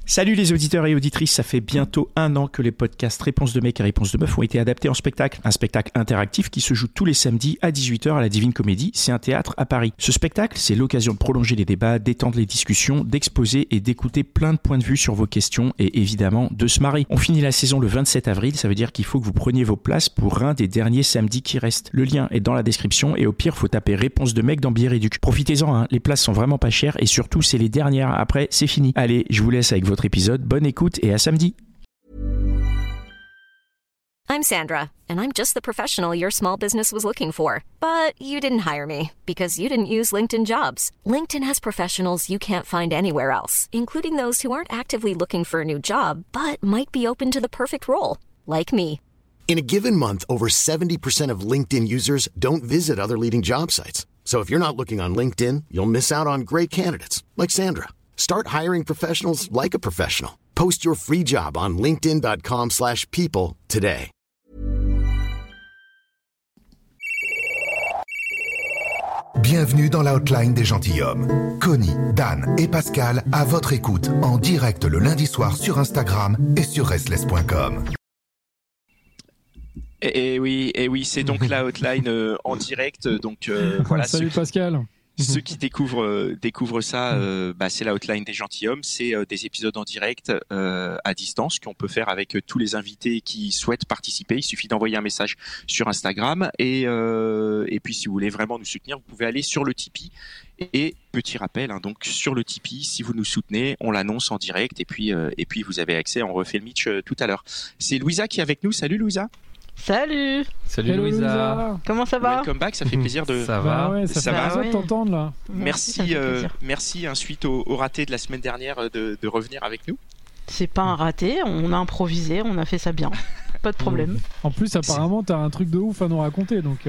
Salut les auditeurs et auditrices, ça fait bientôt 1 an que les podcasts Réponse de mec et Réponse de meuf ont été adaptés en spectacle. Un spectacle interactif qui se joue tous les samedis à 18h à la Divine Comédie, c'est un théâtre à Paris. Ce spectacle, c'est l'occasion de prolonger les débats, d'étendre les discussions, d'exposer et d'écouter plein de points de vue sur vos questions et évidemment de se marrer. On finit la saison le 27 avril, ça veut dire qu'il faut que vous preniez vos places pour un des derniers samedis qui restent. Le lien est dans la description et au pire, faut taper Réponse de mec dans Bière et Duc. Profitez-en, hein, les places sont vraiment pas chères et surtout c'est les dernières, après c'est fini. Allez, je vous laisse avec votre épisode, bonne écoute et à samedi. I'm Sandra, and I'm just the professional your small business was looking for. But you didn't hire me because you didn't use LinkedIn Jobs. LinkedIn has professionals you can't find anywhere else, including those who aren't actively looking for a new job, but might be open to the perfect role, like me. In a given month, over 70% of LinkedIn users don't visit other leading job sites. So if you're not looking on LinkedIn, you'll miss out on great candidates, like Sandra. Start hiring professionals like a professional. Post your free job on linkedin.com/people today. Bienvenue dans la hotline des gentilshommes. Connie, Dan et Pascal à votre écoute en direct le lundi soir sur Instagram et sur restless.com. Et oui, c'est donc la hotline en direct. Donc voilà. Salut Pascal. Ceux qui découvrent ça, c'est la hotline des gentilshommes. C'est des épisodes en direct à distance qu'on peut faire avec tous les invités qui souhaitent participer. Il suffit d'envoyer un message sur Instagram et puis si vous voulez vraiment nous soutenir, vous pouvez aller sur le Tipeee. Et petit rappel, hein, donc sur le Tipeee, si vous nous soutenez, on l'annonce en direct et puis vous avez accès. On refait le Mitch tout à l'heure. C'est Louisa qui est avec nous. Salut Louisa. Salut. Salut Louisa. Comment ça va? Welcome back, ça fait plaisir de... Ça va, ouais, ça fait plaisir de t'entendre là. Merci suite au raté de la semaine dernière de revenir avec nous. C'est pas un raté, on a improvisé, on a fait ça bien. Pas de problème. En plus, apparemment, t'as un truc de ouf à nous raconter. Donc,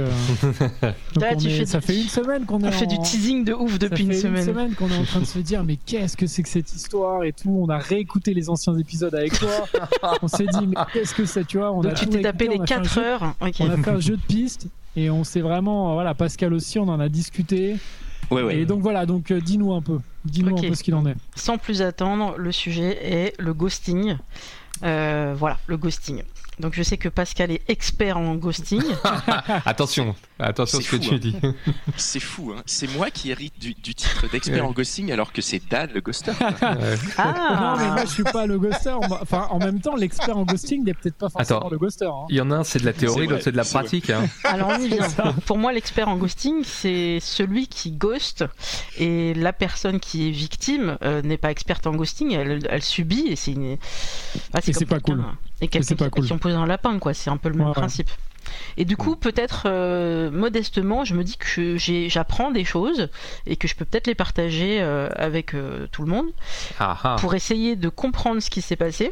ça fait une semaine qu'on est. On fait du teasing de ouf depuis une semaine. Ça fait une semaine qu'on est en train de se dire, mais qu'est-ce que c'est que cette histoire et tout. On a réécouté les anciens épisodes avec toi. On s'est dit, mais qu'est-ce que c'est, tu vois. Donc tu t'es tapé les 4 heures. Okay. On a fait un jeu de pistes et on s'est vraiment. Voilà, Pascal aussi, on en a discuté. Ouais. Et donc voilà, dis-nous un peu. Dis-nous un peu ce qu'il en est. Sans plus attendre, le sujet est le ghosting. Voilà, le ghosting. Donc je sais que Pascal est expert en ghosting. Attention ce que tu dis. C'est fou, hein. C'est moi qui hérite du titre d'expert en ghosting alors que c'est Dan le ghoster. Ah. Non mais moi je suis pas le ghoster. Enfin en même temps l'expert en ghosting n'est peut-être pas forcément le ghoster. Hein. Il y en a un c'est de la théorie, l'autre c'est de la pratique. Hein. Alors on y vient. Pour moi l'expert en ghosting c'est celui qui ghost et la personne qui est victime n'est pas experte en ghosting, elle subit et c'est une... c'est pas cool. Et quelqu'un qui ont posé un lapin, quoi. C'est un peu le même principe. Et du coup, peut-être modestement, je me dis que j'apprends des choses et que je peux peut-être les partager avec tout le monde pour essayer de comprendre ce qui s'est passé,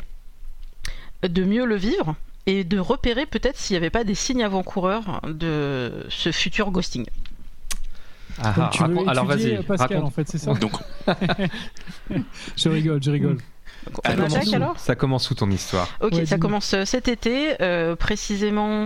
de mieux le vivre et de repérer peut-être s'il n'y avait pas des signes avant-coureurs de ce futur ghosting. Donc, tu veux alors vas-y, Pascal, raconte. En fait, c'est ça. Donc... je rigole. Ça commence où ton histoire? Ok, ça commence cet été, précisément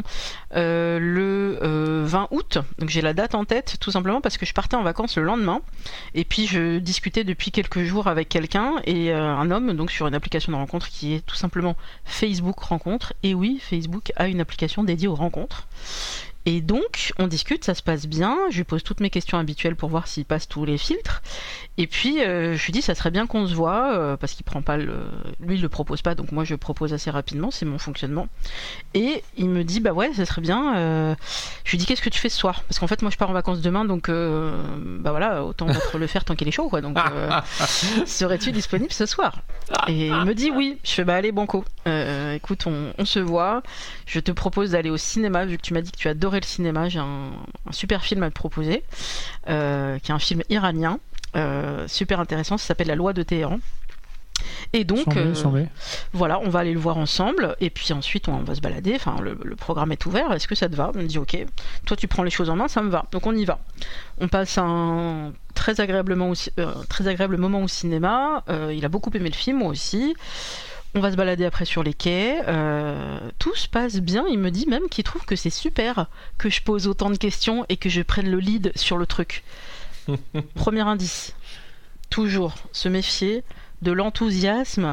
le 20 août. Donc j'ai la date en tête, tout simplement parce que je partais en vacances le lendemain. Et puis je discutais depuis quelques jours avec quelqu'un et un homme, donc sur une application de rencontre qui est tout simplement Facebook Rencontre. Et oui, Facebook a une application dédiée aux rencontres. Et donc, on discute, ça se passe bien. Je lui pose toutes mes questions habituelles pour voir s'il passe tous les filtres. Et puis, je lui dis, ça serait bien qu'on se voit, parce qu'il prend pas lui, il le propose pas, donc moi, je propose assez rapidement, c'est mon fonctionnement. Et il me dit, bah ouais, ça serait bien. Je lui dis, qu'est-ce que tu fais ce soir? Parce qu'en fait, moi, je pars en vacances demain, donc, bah voilà, autant mettre le faire tant qu'il est chaud, quoi. Donc, serais-tu disponible ce soir? Et il me dit oui. Je fais, bah allez, banco. Écoute, on se voit. Je te propose d'aller au cinéma, vu que tu m'as dit que tu adorais le cinéma. J'ai un super film à te proposer, qui est un film iranien, super intéressant. Ça s'appelle La Loi de Téhéran. Et donc, voilà, on va aller le voir ensemble. Et puis ensuite, on va se balader. Enfin, le programme est ouvert. Est-ce que ça te va? On me dit ok. Toi, tu prends les choses en main, ça me va. Donc on y va. On passe un très agréable moment au cinéma. Il a beaucoup aimé le film, moi aussi. On va se balader après sur les quais. Tout se passe bien. Il me dit même qu'il trouve que c'est super que je pose autant de questions et que je prenne le lead sur le truc. Premier indice. Toujours se méfier de l'enthousiasme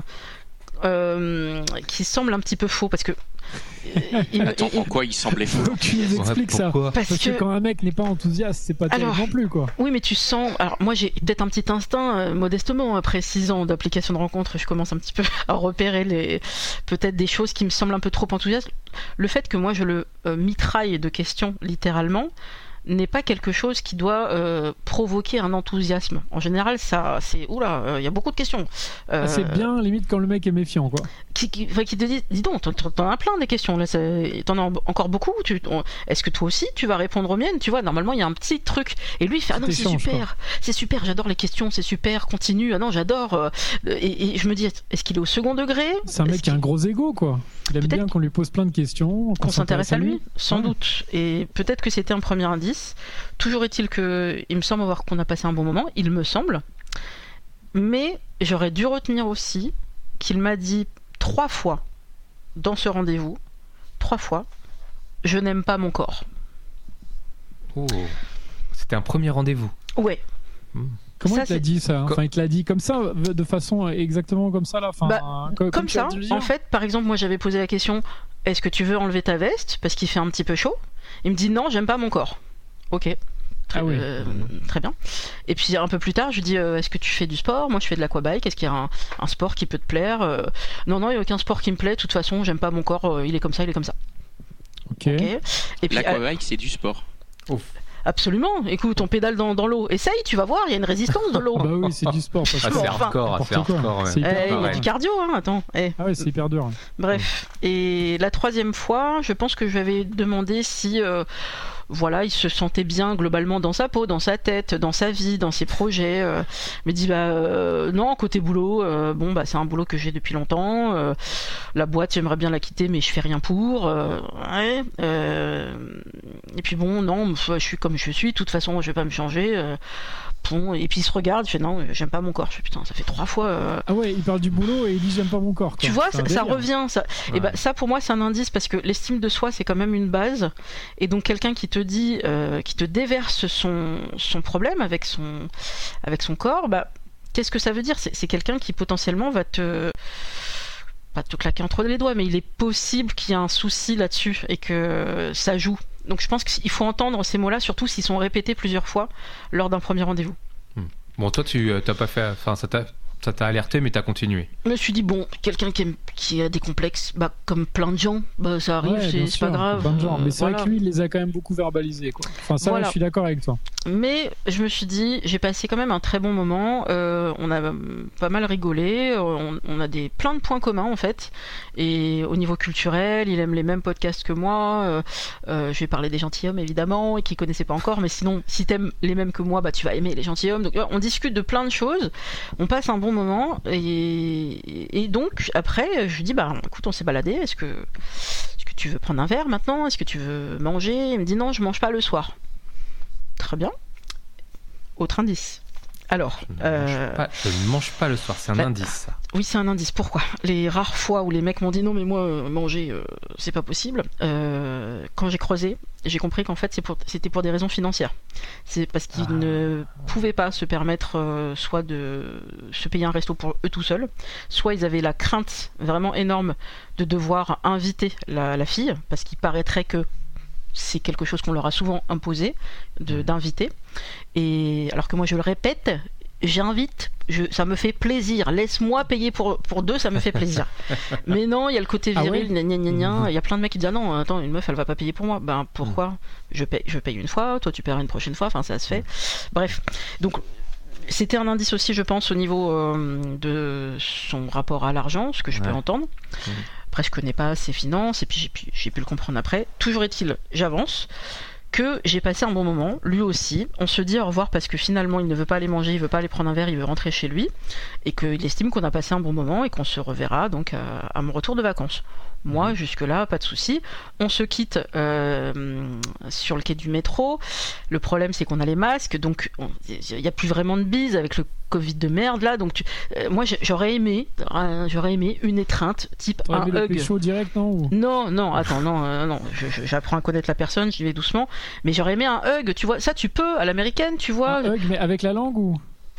qui semble un petit peu faux, parce que Attends, en quoi il semblait faux? Tu nous expliques ça. Parce que quand un mec n'est pas enthousiaste, c'est pas terrible non plus, quoi. Oui, mais tu sens. Alors, moi, j'ai peut-être un petit instinct, modestement, après 6 ans d'application de rencontres, je commence un petit peu à repérer peut-être des choses qui me semblent un peu trop enthousiastes. Le fait que moi, je le mitraille de questions, littéralement, n'est pas quelque chose qui doit provoquer un enthousiasme. En général, ça, c'est oula, il y a beaucoup de questions. C'est bien limite quand le mec est méfiant, quoi. Qui te dit, dis donc, t'en as plein des questions là, t'en as encore beaucoup. Est-ce que toi aussi tu vas répondre aux miennes? Tu vois, normalement il y a un petit truc. Et lui il fait, ah non, c'est super, j'adore les questions, c'est super, continue. Ah non, j'adore. Et je me dis, est-ce qu'il est au second degré? C'est un mec qui a un gros ego, quoi. Il aime bien qu'on lui pose plein de questions, qu'on s'intéresse à lui, sans doute. Et peut-être que c'était un premier indice. Toujours est-il que il me semble qu'on a passé un bon moment, il me semble. Mais j'aurais dû retenir aussi qu'il m'a dit 3 fois dans ce rendez-vous, 3 fois, je n'aime pas mon corps. Oh, c'était un premier rendez-vous. Ouais. Comment il t'a dit ça? Enfin, il te l'a dit comme ça, de façon exactement comme ça là. Enfin, comme ça. En fait, par exemple, moi j'avais posé la question, est-ce que tu veux enlever ta veste parce qu'il fait un petit peu chaud? Il me dit non, j'aime pas mon corps. Ok. Très bien. Et puis un peu plus tard, je lui dis est-ce que tu fais du sport? Moi je fais de l'aquabike. Est-ce qu'il y a un sport qui peut te plaire? Non, il n'y a aucun sport qui me plaît. De toute façon, j'aime pas mon corps. Il est comme ça, il est comme ça. Ok. Et puis l'aquabike, c'est du sport. Ouf. Absolument. Écoute, on pédale dans l'eau. Essaye, tu vas voir, il y a une résistance de l'eau. Bah oui, c'est du sport. C'est hardcore. Il y a du cardio, hein. Attends. Ah ouais, c'est hyper dur. Bref. Et la 3e fois, je pense que je lui avais demandé si il se sentait bien globalement dans sa peau, dans sa tête, dans sa vie, dans ses projets. Il me dit non, côté boulot, c'est un boulot que j'ai depuis longtemps. La boîte, j'aimerais bien la quitter, mais je fais rien pour. Et puis non, je suis comme je suis. De toute façon, je vais pas me changer. Et puis il se regarde, il fait non, j'aime pas mon corps. Je fais putain, ça fait 3 fois. Ah ouais, il parle du boulot et il dit j'aime pas mon corps. Quoi. Tu vois, ça revient. Ça. Ouais. Et ça pour moi c'est un indice parce que l'estime de soi c'est quand même une base. Et donc quelqu'un qui te dit, qui te déverse son problème avec son corps, qu'est-ce que ça veut dire? C'est quelqu'un qui potentiellement va pas te claquer entre les doigts, mais il est possible qu'il y ait un souci là-dessus et que ça joue. Donc je pense qu'il faut entendre ces mots-là, surtout s'ils sont répétés plusieurs fois lors d'un premier rendez-vous. Bon, toi, tu t'as pas fait... Enfin, ça t'a alerté, mais t'as continué. Je me suis dit, quelqu'un qui a des complexes, comme plein de gens, ça arrive, c'est pas grave. Plein de gens. Mais c'est vrai que lui, il les a quand même beaucoup verbalisés, quoi. Enfin, ça, je suis d'accord avec toi. Mais je me suis dit, j'ai passé quand même un très bon moment. On a pas mal rigolé. On a plein de points communs, en fait. Et au niveau culturel, il aime les mêmes podcasts que moi. Je vais parler des gentilshommes, évidemment, et qui connaissaient pas encore. Mais sinon, si t'aimes les mêmes que moi, tu vas aimer les gentilshommes. Donc, on discute de plein de choses. On passe un bon moment et donc après je lui dis écoute, on s'est baladé, est-ce que tu veux prendre un verre maintenant, est-ce que tu veux manger? Il me dit non, je mange pas le soir. Très bien. Autre indice. Alors je ne mange pas le soir, c'est un indice ça. Oui, c'est un indice. Pourquoi? Les rares fois où les mecs m'ont dit non mais moi manger c'est pas possible, quand j'ai creusé, j'ai compris qu'en fait c'était pour des raisons financières. C'est parce qu'ils ne pouvaient pas se permettre soit de se payer un resto pour eux tout seuls, soit ils avaient la crainte vraiment énorme de devoir inviter la fille, parce qu'il paraîtrait que c'est quelque chose qu'on leur a souvent imposé d'inviter. Et alors que moi je le répète, j'invite, ça me fait plaisir. Laisse-moi payer pour 2, ça me fait plaisir. Mais non, il y a le côté viril, il y a plein de mecs qui disent non, attends, une meuf elle va pas payer pour moi. Pourquoi? Je paye une fois, toi tu paieras une prochaine fois, enfin ça se fait. Bref, donc c'était un indice aussi, je pense, au niveau de son rapport à l'argent, ce que je peux entendre. Après, je connais pas ses finances, et puis j'ai pu le comprendre après. Toujours est-il, j'avance, que j'ai passé un bon moment, lui aussi. On se dit au revoir parce que finalement, il ne veut pas aller manger, il veut pas aller prendre un verre, il veut rentrer chez lui, et qu'il estime qu'on a passé un bon moment et qu'on se reverra donc à mon retour de vacances. Moi, jusque-là, pas de souci. On se quitte sur le quai du métro. Le problème, c'est qu'on a les masques, donc il n'y a plus vraiment de bise avec le Covid de merde là. Donc moi, j'aurais aimé une étreinte, type un hug. Le pécho direct, non? Non, attends, non. J'apprends à connaître la personne, j'y vais doucement. Mais j'aurais aimé un hug, tu vois. Ça, tu peux à l'américaine, tu vois. Un hug, mais avec la langue ou?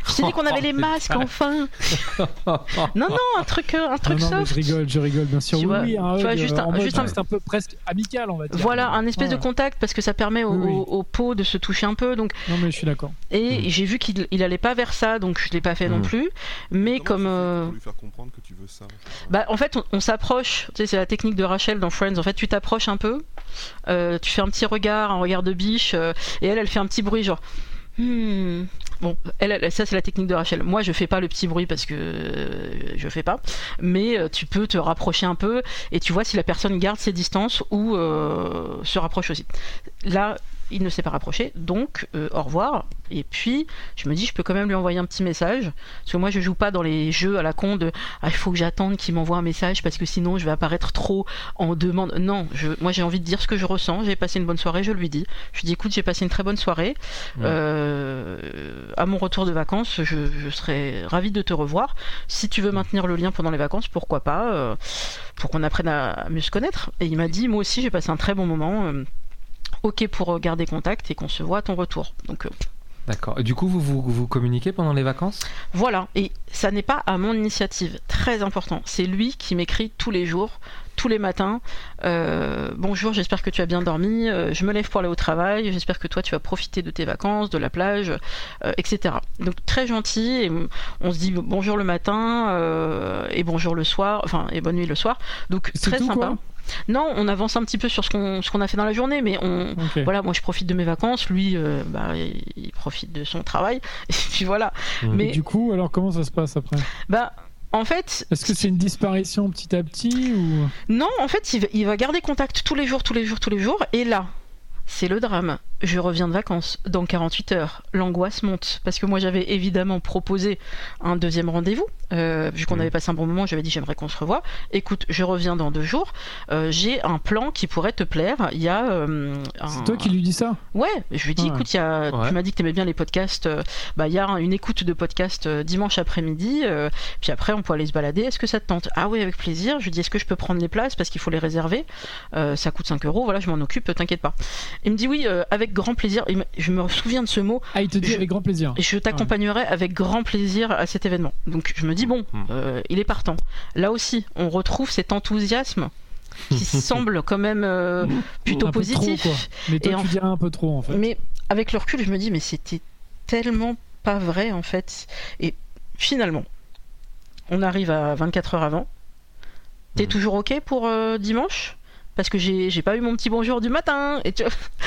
Je t'ai dit qu'on avait les masques enfin. Non, un truc soft. Je rigole, bien sûr. Tu vois, oui, un tu vois, hug, juste un peu presque amical, on va dire. Voilà, un espèce de contact parce que ça permet aux peaux de se toucher un peu. Donc. Non, mais je suis d'accord. Et j'ai vu qu'il allait pas vers ça, donc je l'ai pas fait non plus. Mais comme. Pour lui faire comprendre que tu veux ça. Bah, en fait, on s'approche. Tu sais, c'est la technique de Rachel dans Friends. En fait, tu t'approches un peu, tu fais un petit regard, un regard de biche, et elle fait un petit bruit genre. Bon, ça c'est la technique de Rachel. Moi je fais pas le petit bruit parce que je fais pas, mais tu peux te rapprocher un peu et tu vois si la personne garde ses distances ou se rapproche aussi. Là, il ne s'est pas rapproché, donc au revoir. Et puis je me dis je peux quand même lui envoyer un petit message parce que moi je joue pas dans les jeux à la con de il faut que j'attende qu'il m'envoie un message parce que sinon je vais apparaître trop en demande. Non, moi j'ai envie de dire ce que je ressens. J'ai passé une bonne soirée, je lui dis. Je lui dis écoute, j'ai passé une très bonne soirée. À mon retour de vacances, je serais ravie de te revoir. Si tu veux maintenir le lien pendant les vacances, pourquoi pas, pour qu'on apprenne à mieux se connaître. Et il m'a dit moi aussi j'ai passé un très bon moment. Ok pour garder contact et qu'on se voit à ton retour. Donc d'accord. Et du coup, vous communiquez pendant les vacances ? Voilà. Et ça n'est pas à mon initiative. Très important. C'est lui qui m'écrit tous les jours, tous les matins. Bonjour, j'espère que tu as bien dormi. Je me lève pour aller au travail. J'espère que toi, tu vas profiter de tes vacances, de la plage, etc. Donc très gentil. Et on se dit bonjour le matin et bonjour le soir. Enfin, et bonne nuit le soir. Donc c'est très tout, sympa. quoi. Non, on avance un petit peu sur ce qu'on a fait dans la journée, mais voilà, moi je profite de mes vacances, lui, il profite de son travail, et puis voilà. Mais et du coup, alors comment ça se passe après ? En fait, est-ce que c'est une disparition petit à petit ou... Non, en fait, il va garder contact tous les jours, et là, c'est le drame. Je reviens de vacances dans 48 heures. L'angoisse monte. Parce que moi, j'avais évidemment proposé un deuxième rendez-vous. Vu qu'on avait passé un bon moment, j'avais dit j'aimerais qu'on se revoie. Écoute, je reviens dans 2 jours. J'ai un plan qui pourrait te plaire. Il y a. C'est toi qui lui dis ça ? Ouais, je lui dis écoute, tu m'as dit que tu aimais bien les podcasts. Il y a une écoute de podcast dimanche après-midi. Puis après, on peut aller se balader. Est-ce que ça te tente ? Ah oui, avec plaisir. Je lui dis est-ce que je peux prendre les places parce qu'il faut les réserver. Ça coûte 5 €. Voilà, je m'en occupe, t'inquiète pas. Il me dit oui, avec grand plaisir. Je me souviens de ce mot. Ah, il te dit avec grand plaisir. Je t'accompagnerai avec grand plaisir à cet événement. Donc je me dis bon, il est partant. Là aussi, on retrouve cet enthousiasme qui semble quand même plutôt positif. Trop, quoi. Mais toi, tu dirais un peu trop en fait. Mais avec le recul, je me dis mais c'était tellement pas vrai en fait. Et finalement, on arrive à 24 heures avant. T'es toujours ok pour dimanche ? Parce que j'ai pas eu mon petit bonjour du matin et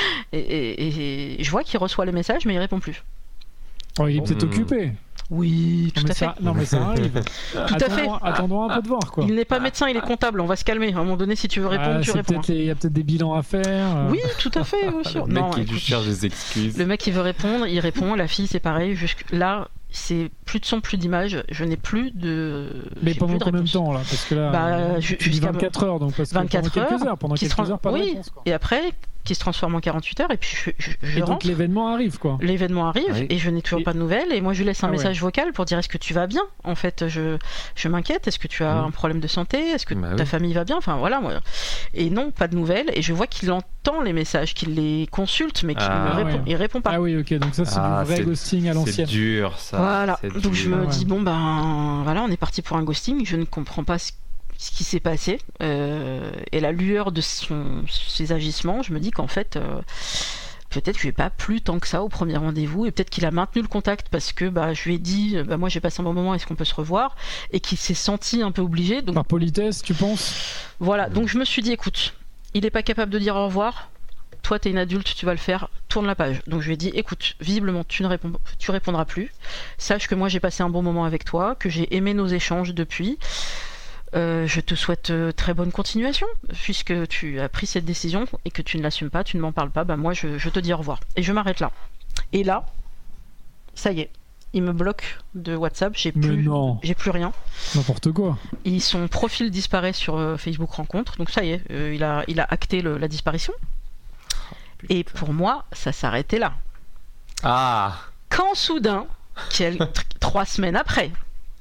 je vois qu'il reçoit les messages mais il répond plus. Oh, il est peut-être occupé. Oui, tout à fait. Non mais ça arrive. Attendons un peu de voir quoi. Il n'est pas médecin, il est comptable, on va se calmer. À un moment donné, si tu veux répondre, tu réponds. Il y a peut-être des bilans à faire. Oui, tout à fait, bien sûr. Le mec qui cherche des excuses. Le mec qui veut répondre, il répond. La fille, c'est pareil. Là, c'est plus de son, plus d'image. Je n'ai plus de. Mais pendant combien de temps là ? Parce que là, jusqu'à 24 heures, donc parce que 24 pendant quelques heures, pas de réponse, quoi. Et après, qui se transforme en 48 heures, et puis je et rentre. Donc l'événement arrive quoi. L'événement arrive, et je n'ai toujours pas de nouvelles, et moi je lui laisse un message vocal pour dire est-ce que tu vas bien ? En fait, je m'inquiète, est-ce que tu as un problème de santé ? Est-ce que ta famille va bien ? Enfin voilà, moi. Et non, pas de nouvelles, et je vois qu'il entend les messages, qu'il les consulte, mais qu'il il répond pas. Ah oui, ok, donc ça c'est du vrai ghosting à l'ancienne. C'est dur ça. Voilà, donc je me dis bon ben voilà, on est parti pour un ghosting, je ne comprends pas ce qui s'est passé, et la lueur de ses agissements, je me dis qu'en fait peut-être que je lui ai pas plu tant que ça au premier rendez-vous, et peut-être qu'il a maintenu le contact parce que je lui ai dit moi j'ai passé un bon moment, est-ce qu'on peut se revoir, et qu'il s'est senti un peu obligé. Donc, par politesse, tu penses ? Voilà, donc je me suis dit écoute, il est pas capable de dire au revoir, toi t'es une adulte, tu vas le faire, tourne la page. Donc je lui ai dit écoute, visiblement tu répondras plus, sache que moi j'ai passé un bon moment avec toi, que j'ai aimé nos échanges depuis. Je te souhaite très bonne continuation puisque tu as pris cette décision et que tu ne l'assumes pas, tu ne m'en parles pas, moi je te dis au revoir et je m'arrête là. Et là, ça y est, il me bloque de WhatsApp, j'ai plus rien. N'importe quoi. Et son profil disparaît sur Facebook Rencontres, donc ça y est, il a acté la disparition. Et pour moi, ça s'arrêtait là. Quand soudain, 3 semaines après,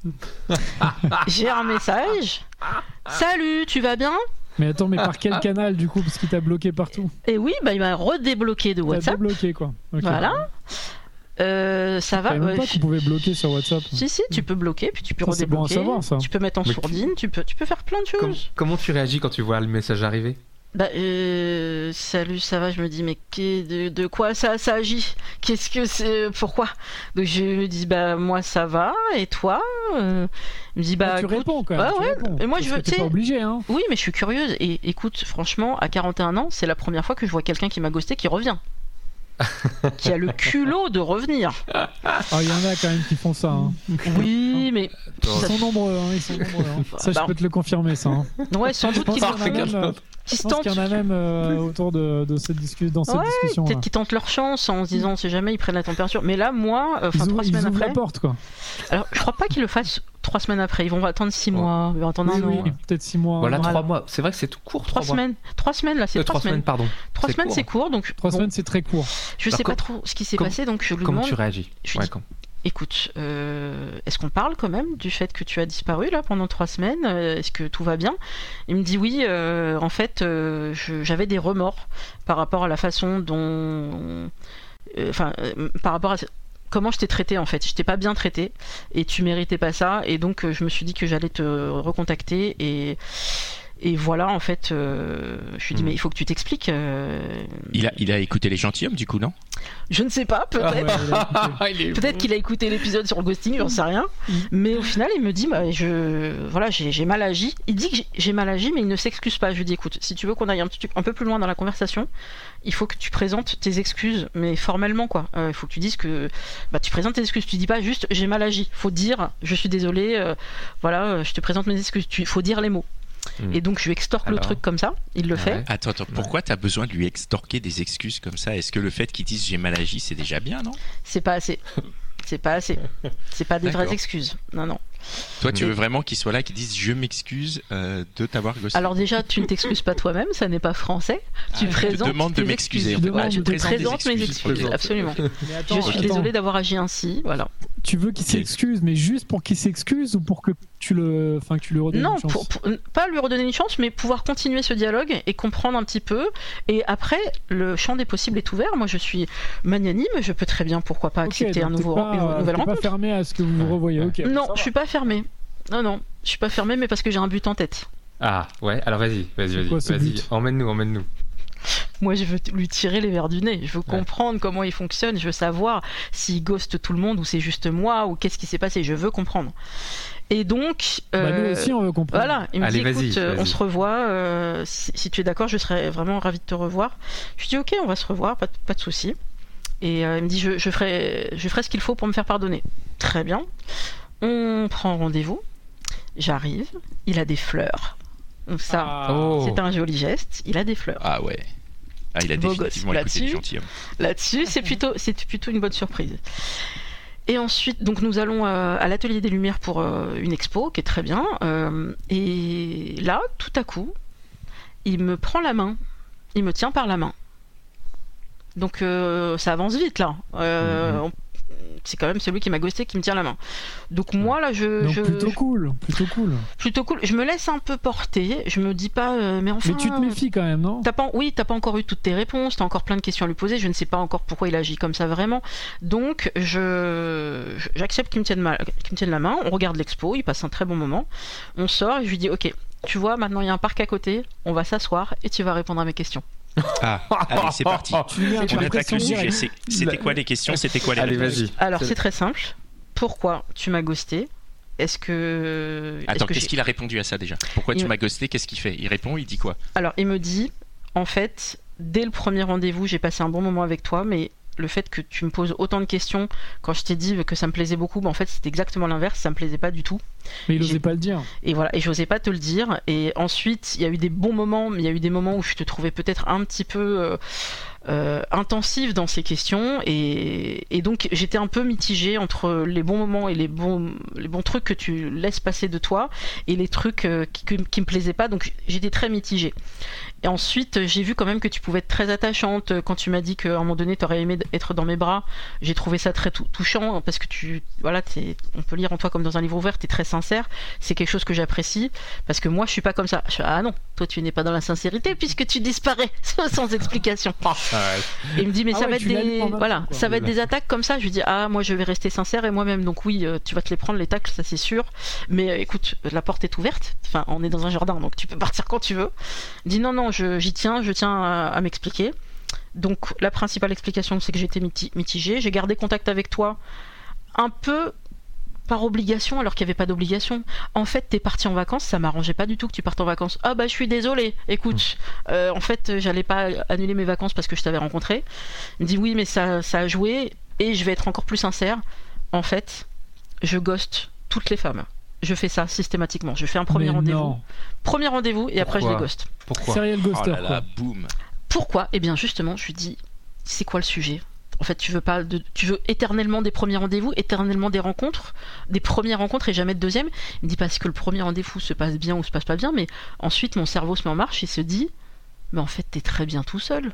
j'ai un message. Salut, tu vas bien ? Mais attends, mais par quel canal du coup ? Parce qu'il t'a bloqué partout. Et oui, il m'a redébloqué de WhatsApp. Débloqué quoi. Okay. Voilà. Ça va. Je savais même pas qu'on pouvait bloquer sur WhatsApp. Si, tu peux bloquer, puis tu peux c'est bon à redébloquer. savoir, ça. Tu peux mettre en sourdine, tu peux faire plein de choses. Comment tu réagis quand tu vois le message arriver? Salut, ça va, je me dis, mais de quoi ça agit? Qu'est-ce que c'est? Pourquoi? Donc je me dis, moi ça va, et toi? Il me dit, tu écoute, réponds quand même. tu réponds. Et moi je veux, t'es pas obligé, hein. Oui, mais je suis curieuse, et écoute, franchement, à 41 ans, c'est la première fois que je vois quelqu'un qui m'a ghosté qui revient. Qui a le culot de revenir. Il y en a quand même qui font ça. Hein. Oui, mais ils sont nombreux. Ça, je peux te le confirmer, ça. Hein. Ouais, sans doute qu'il y en a même. Je pense qu'il y en a même autour de cette discussion. Peut-être qu'ils tentent leur chance en se disant, on sait jamais, ils prennent la température. Mais là, moi, 3 semaines après. La porte, quoi. Alors, je crois pas qu'ils le fassent 3 semaines après. Ils vont attendre 6 mois. Ils vont attendre un an. Oui, peut-être 6 mois. Voilà, 3 mois. C'est vrai que c'est tout court. 3 semaines. 3 semaines, là, c'est 3 semaines. Pardon. 3 semaines, c'est court. Donc, 3 semaines, c'est très court. Je sais pas trop ce qui s'est passé, donc je lui demande. Comment tu réagis? Écoute, est-ce qu'on parle quand même du fait que tu as disparu là pendant 3 semaines? Est-ce que tout va bien? Il me dit oui, en fait, j'avais des remords par rapport à la façon dont... par rapport à comment je t'ai traité en fait. Je t'ai pas bien traité et tu méritais pas ça, et donc je me suis dit que j'allais te recontacter et voilà, en fait, je lui dis, mais il faut que tu t'expliques. Il a écouté les gentilshommes, du coup, non? Je ne sais pas, peut-être. Peut-être qu'il a écouté l'épisode sur le ghosting, j'en sais rien. Mais au final, il me dit, j'ai mal agi. Il dit que j'ai mal agi, mais il ne s'excuse pas. Je lui dis, écoute, si tu veux qu'on aille un peu plus loin dans la conversation, il faut que tu présentes tes excuses, mais formellement, quoi. Il faut que tu dises que tu présentes tes excuses. Tu dis pas juste, j'ai mal agi. Faut dire, je suis désolé, je te présente mes excuses. Il faut dire les mots. Et donc je lui extorque le truc comme ça, il le fait. Attends, pourquoi t'as besoin de lui extorquer des excuses comme ça? Est-ce que le fait qu'il dise j'ai mal agi, c'est déjà bien, non? C'est pas assez. C'est pas des vraies excuses. Non. Toi, tu veux vraiment qu'il soit là, qu'il dise je m'excuse de t'avoir ghosté? Alors déjà, tu ne t'excuses pas toi-même, ça n'est pas français. Tu présentes. Je demande de m'excuser. Je présente mes excuses, absolument. Je suis désolé d'avoir agi ainsi, voilà. Tu veux qu'il s'excuse, mais juste pour qu'il s'excuse ou pour que tu le redonnes une chance? Non, pas lui redonner une chance, mais pouvoir continuer ce dialogue et comprendre un petit peu. Et après, le champ des possibles est ouvert. Moi, je suis magnanime, je peux très bien, pourquoi pas, accepter une nouvelle rencontre. Pas fermé à ce que vous vous revoyez. Non, je suis pas fermé. Non, je suis pas fermé, mais parce que j'ai un but en tête. Ah ouais, alors vas-y, emmène-nous. Moi, je veux lui tirer les verres du nez. Je veux comprendre comment il fonctionne. Je veux savoir s'il ghoste tout le monde ou c'est juste moi ou qu'est-ce qui s'est passé. Je veux comprendre. Et donc, nous aussi, on veut comprendre. Voilà, il me dit, écoute, on se revoit. Si tu es d'accord, je serais vraiment ravie de te revoir. Je lui dis, ok, on va se revoir, pas de souci. Et il me dit, je ferai ce qu'il faut pour me faire pardonner. Très bien. On prend rendez-vous. J'arrive. Il a des fleurs. Donc ça, c'est un joli geste. Il a des fleurs. Ah ouais. Il a définitivement écouté les gentilshommes. Là-dessus, c'est plutôt une bonne surprise. Et ensuite, donc nous allons à l'Atelier des Lumières pour une expo qui est très bien. Et là, tout à coup, il me prend la main. Il me tient par la main. Donc ça avance vite là. C'est quand même celui qui m'a ghosté qui me tient la main. Donc moi là, plutôt cool. Je me laisse un peu porter. Je me dis pas, mais enfin. Mais tu te méfies quand même, non? T'as pas encore eu toutes tes réponses. T'as encore plein de questions à lui poser. Je ne sais pas encore pourquoi il agit comme ça vraiment. Donc j'accepte qu'il me tienne la main. On regarde l'expo. Il passe un très bon moment. On sort et je lui dis, ok, tu vois, maintenant il y a un parc à côté. On va s'asseoir et tu vas répondre à mes questions. Allez, c'est parti. On attaque le sujet. C'était quoi les questions? C'était quoi les réponses? Allez, vas-y. Alors, c'est très simple. Pourquoi tu m'as ghosté? Qu'est-ce qu'il a répondu à ça déjà? Pourquoi tu m'as ghosté? Qu'est-ce qu'il fait? Il répond, il dit quoi? Alors, il me dit, en fait, dès le premier rendez-vous, j'ai passé un bon moment avec toi, mais le fait que tu me poses autant de questions quand je t'ai dit que ça me plaisait beaucoup, en fait c'était exactement l'inverse, ça me plaisait pas du tout. Mais il n'osait pas le dire. Et voilà, et j'osais pas te le dire. Et ensuite, il y a eu des bons moments, mais il y a eu des moments où je te trouvais peut-être un petit peu intensive dans ces questions, et donc j'étais un peu mitigée entre les bons moments et les bons trucs que tu laisses passer de toi et les trucs qui me plaisaient pas, donc j'étais très mitigée. Et ensuite, j'ai vu quand même que tu pouvais être très attachante. Quand tu m'as dit qu'à un moment donné, tu aurais aimé être dans mes bras, j'ai trouvé ça très touchant, parce que on peut lire en toi comme dans un livre ouvert, tu es très sincère. C'est quelque chose que j'apprécie, parce que moi, je suis pas comme ça. Ah non, toi, tu n'es pas dans la sincérité, puisque tu disparais sans explication. Et il me dit mais Ah ça ouais, va être tu l'as lu des en même temps, voilà, quoi. ça va être des attaques comme ça. Je lui dis moi je vais rester sincère et moi-même, donc oui, tu vas te les prendre les tacles, ça c'est sûr. Mais écoute, la porte est ouverte. Enfin, on est dans un jardin, donc tu peux partir quand tu veux. Il dit non, je tiens à m'expliquer. Donc la principale explication, c'est que j'étais mitigée. J'ai gardé contact avec toi un peu par obligation, alors qu'il n'y avait pas d'obligation. En fait, t'es parti en vacances, ça m'arrangeait pas du tout que tu partes en vacances. Ah bah je suis désolée, écoute, en fait j'allais pas annuler mes vacances parce que je t'avais rencontré. Il me dit oui mais ça a joué, et je vais être encore plus sincère, en fait je ghoste toutes les femmes. Je fais ça systématiquement, je fais un premier rendez-vous et après je les ghoste. Pourquoi? Serial ghoster, Oh là là, boum. Pourquoi? Eh bien justement, je lui dis, c'est quoi le sujet? En fait, tu veux éternellement des premiers rendez-vous, éternellement des premières rencontres et jamais de deuxième. Il me dit parce que le premier rendez-vous se passe bien ou se passe pas bien, mais ensuite mon cerveau se met en marche et se dit, mais en fait t'es très bien tout seul.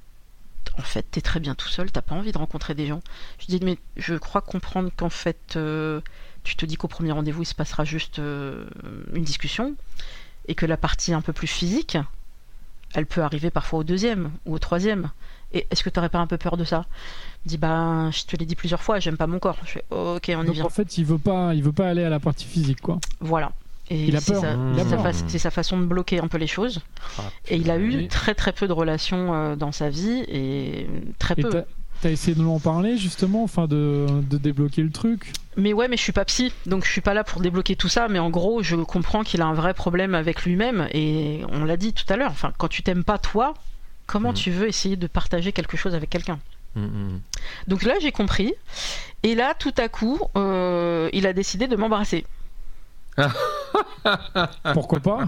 T'as pas envie de rencontrer des gens. Je dis mais je crois comprendre qu'en fait tu te dis qu'au premier rendez-vous il se passera juste une discussion et que la partie un peu plus physique, elle peut arriver parfois au deuxième ou au troisième. Et est-ce que t'aurais pas un peu peur de ça? Il dit je te l'ai dit plusieurs fois, j'aime pas mon corps. Je fais ok, on y Donc vient. en fait, il veut pas aller à la partie physique, quoi. Voilà. Et Il a peur. c'est sa façon de bloquer un peu les choses. Et il a eu très très peu de relations dans sa vie, et très Et peu. t'as essayé de lui en parler, justement, enfin de débloquer le truc? Mais ouais, mais je suis pas psy, donc je suis pas là pour débloquer tout ça, mais en gros, je comprends qu'il a un vrai problème avec lui-même, et on l'a dit tout à l'heure, enfin, quand tu t'aimes pas toi, comment tu veux essayer de partager quelque chose avec quelqu'un? Donc là, j'ai compris, et là, tout à coup, il a décidé de m'embrasser. Pourquoi pas?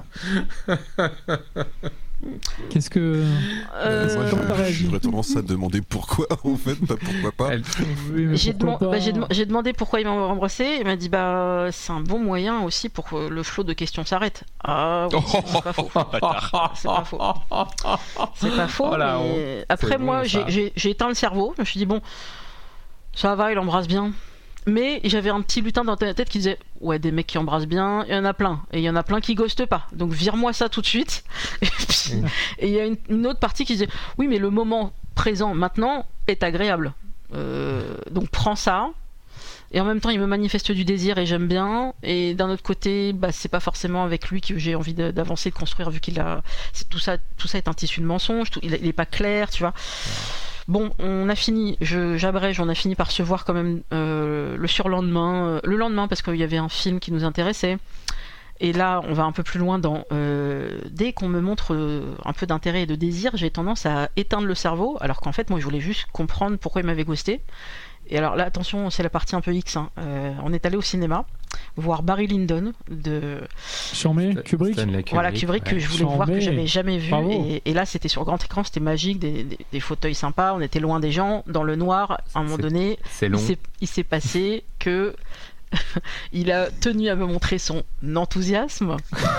Qu'est-ce que... Moi, comment t'as réagi? j'aurais tendance à demander pourquoi, en fait, pas pourquoi pas. Oui, mais pourquoi pas? J'ai demandé pourquoi il m'a embrassé. Il m'a dit c'est un bon moyen aussi pour que le flot de questions s'arrête. Ah oui, c'est pas faux. C'est pas faux. C'est pas faux. Voilà, mais après, bon, moi, ça. j'ai éteint le cerveau. Je me suis dit ça va, il embrasse bien. Mais j'avais un petit lutin dans la tête qui disait ouais, des mecs qui embrassent bien, il y en a plein, et il y en a plein qui ghostent pas, donc vire-moi ça tout de suite. Et il y a une autre partie qui disait oui, mais le moment présent maintenant est agréable, donc prends ça. Et en même temps il me manifeste du désir et j'aime bien, et d'un autre côté c'est pas forcément avec lui que j'ai envie d'avancer, de construire, vu qu'il a tout ça est un tissu de mensonges, il est pas clair, tu vois. Bon, on a fini, j'abrège, on a fini par se voir quand même le lendemain, parce qu'il y avait un film qui nous intéressait. Et là, on va un peu plus loin dès qu'on me montre un peu d'intérêt et de désir, j'ai tendance à éteindre le cerveau, alors qu'en fait, moi, je voulais juste comprendre pourquoi il m'avait ghosté. Et alors là, attention, c'est la partie un peu X. On est allé au cinéma voir Barry Lyndon de Kubrick. Voilà, Kubrick, que je voulais voir, que j'avais jamais vu. Et là, c'était sur grand écran, c'était magique, des fauteuils sympas, on était loin des gens, dans le noir. À un moment donné, il s'est passé que il a tenu à me montrer son enthousiasme.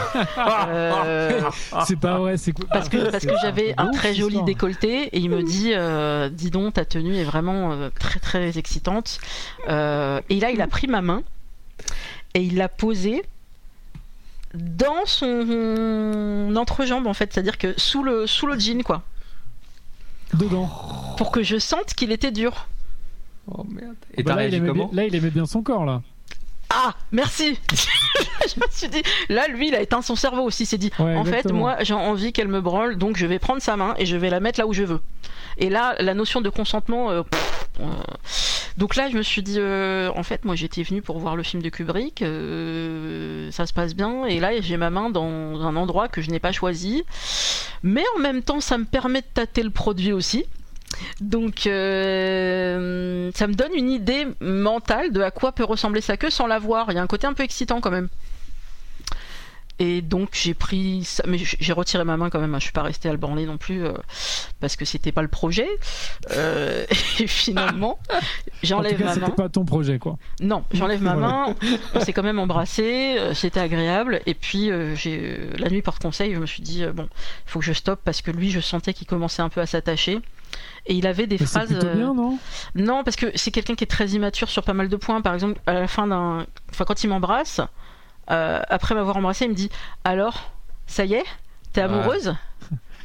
C'est pas vrai, c'est quoi? Parce que j'avais un très joli décolleté, et il me dit dis donc, ta tenue est vraiment très très excitante. Et là, il a pris ma main et il l'a posée dans son entrejambe, en fait, c'est-à-dire que sous le jean, quoi. Dedans. Pour que je sente qu'il était dur. Oh merde. Et t'as réagi comment? Là, il aimait bien son corps, là. Ah, merci. Je me suis dit, là, lui, il a éteint son cerveau aussi. Il s'est dit, ouais, en exactement. fait, moi, j'ai envie qu'elle me branle, donc je vais prendre sa main et je vais la mettre là où je veux. Et là, la notion de consentement... Donc là, je me suis dit, en fait, moi, j'étais venue pour voir le film de Kubrick, ça se passe bien, et là, j'ai ma main dans un endroit que je n'ai pas choisi. Mais en même temps, ça me permet de tâter le produit aussi. Donc ça me donne une idée mentale de à quoi peut ressembler sa queue sans la voir. Il y a un côté un peu excitant quand même. Et donc j'ai pris ça, mais j'ai retiré ma main quand même, je suis pas restée à le branler non plus, parce que c'était pas le projet. Et finalement, j'enlève ma main. C'était pas ton projet, quoi. Non, j'enlève ma main, on s'est quand même embrassé, c'était agréable. Et puis la nuit porte conseil, je me suis dit bon, il faut que je stoppe, parce que lui, je sentais qu'il commençait un peu à s'attacher. Et il avait des phrases. C'est plutôt bien, non ? Non, parce que c'est quelqu'un qui est très immature sur pas mal de points. Par exemple, à la fin quand il m'embrasse, après m'avoir embrassé, il me dit alors, ça y est, t'es amoureuse ?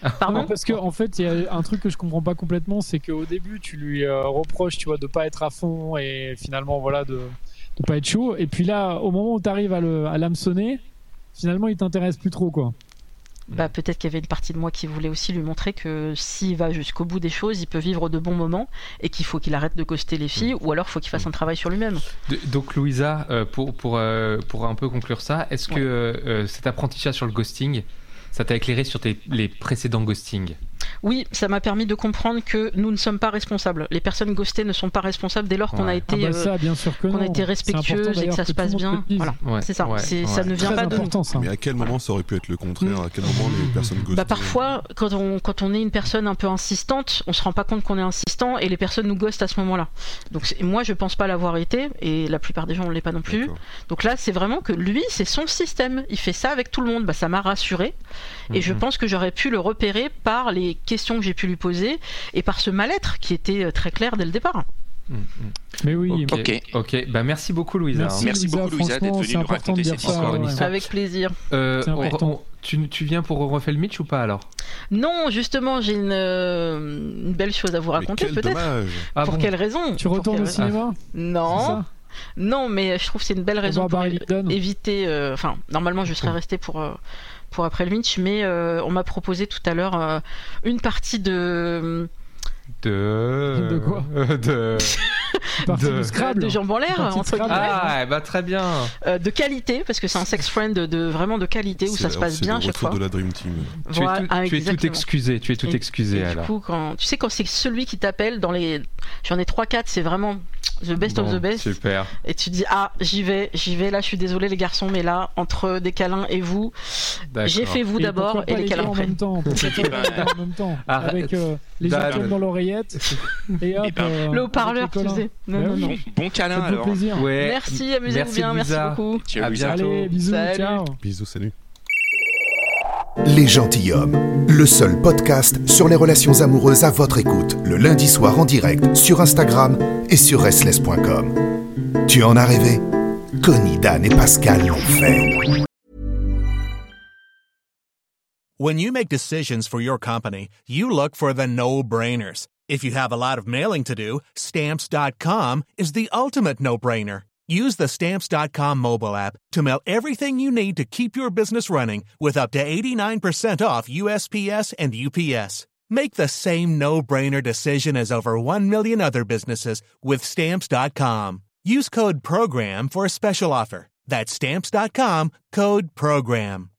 Pardon ? Parce que en fait, il y a un truc que je comprends pas complètement, c'est qu'au début, tu lui reproches, tu vois, de pas être à fond et finalement, voilà, de pas être chaud. Et puis là, au moment où tu arrives à l'hameçonner, finalement, il t'intéresse plus trop, quoi. Bah, peut-être qu'il y avait une partie de moi qui voulait aussi lui montrer que s'il va jusqu'au bout des choses, il peut vivre de bons moments et qu'il faut qu'il arrête de ghoster les filles ou alors il faut qu'il fasse un travail sur lui-même. Donc Louisa, pour un peu conclure ça, est-ce que cet apprentissage sur le ghosting, ça t'a éclairé sur les précédents ghostings ? Oui, ça m'a permis de comprendre que nous ne sommes pas responsables. Les personnes ghostées ne sont pas responsables dès lors qu'on a été, ça, bien sûr que qu'on a non. été respectueuse et que ça se passe bien. Voilà, c'est ça. Ça ne vient Très pas de nous. important, ça. Mais à quel moment ça aurait pu être le contraire ? À quel moment les personnes ghostées Bah parfois, quand on est une personne un peu insistante, on se rend pas compte qu'on est insistant et les personnes nous ghostent à ce moment-là. Donc moi, je pense pas l'avoir été et la plupart des gens ne l'est pas non plus. D'accord. Donc là, c'est vraiment que lui, c'est son système. Il fait ça avec tout le monde. Bah ça m'a rassurée et je pense que j'aurais pu le repérer par les questions que j'ai pu lui poser et par ce mal-être qui était très clair dès le départ. Mais oui. Ok. Bah merci beaucoup Louisa. Merci beaucoup Louisa d'être venue nous raconter cette histoire. Avec plaisir. Tu viens pour refaire le Mitch ou pas alors ? Non, justement, j'ai une belle chose à vous raconter quel peut-être. dommage. Pour quelle raison ? Tu retournes au cinéma ? Non. Non, mais je trouve que c'est une belle raison pour éviter. Enfin, normalement, je serais resté pour après le Mitch, mais on m'a proposé tout à l'heure une partie de quoi ? de Scrabble, de jambes en l'air, entre guillemets. Ah, bah très bien. De qualité, parce que c'est un sex friend vraiment de qualité où ça se passe bien à chaque fois. C'est le retour de la Dream Team. Tu es tout excusé. Tu es tout excusé alors. Du coup, quand c'est celui qui t'appelle dans les, j'en ai 3-4, c'est vraiment the best of the best. Super. Et tu dis j'y vais. Là, je suis désolé les garçons, mais là entre des câlins et vous, j'ai fait vous d'abord et les câlins après. En même temps, avec les étoiles dans l'oreillette et hop. Le haut-parleur, tu sais. Non. Bon câlin alors. Ouais. Merci, amusez-vous bien, merci beaucoup. À bientôt. Allez, bisous, Salut. ciao. Bisous, salut. Les Gentilshommes, le seul podcast sur les relations amoureuses à votre écoute, le lundi soir en direct sur Instagram et sur restless.com. Tu en as rêvé ? Connie, Dan et Pascal l'ont fait. When you make decisions for your company, you look for the no-brainers. If you have a lot of mailing to do, Stamps.com is the ultimate no-brainer. Use the Stamps.com mobile app to mail everything you need to keep your business running with up to 89% off USPS and UPS. Make the same no-brainer decision as over 1 million other businesses with Stamps.com. Use code PROGRAM for a special offer. That's Stamps.com, code PROGRAM.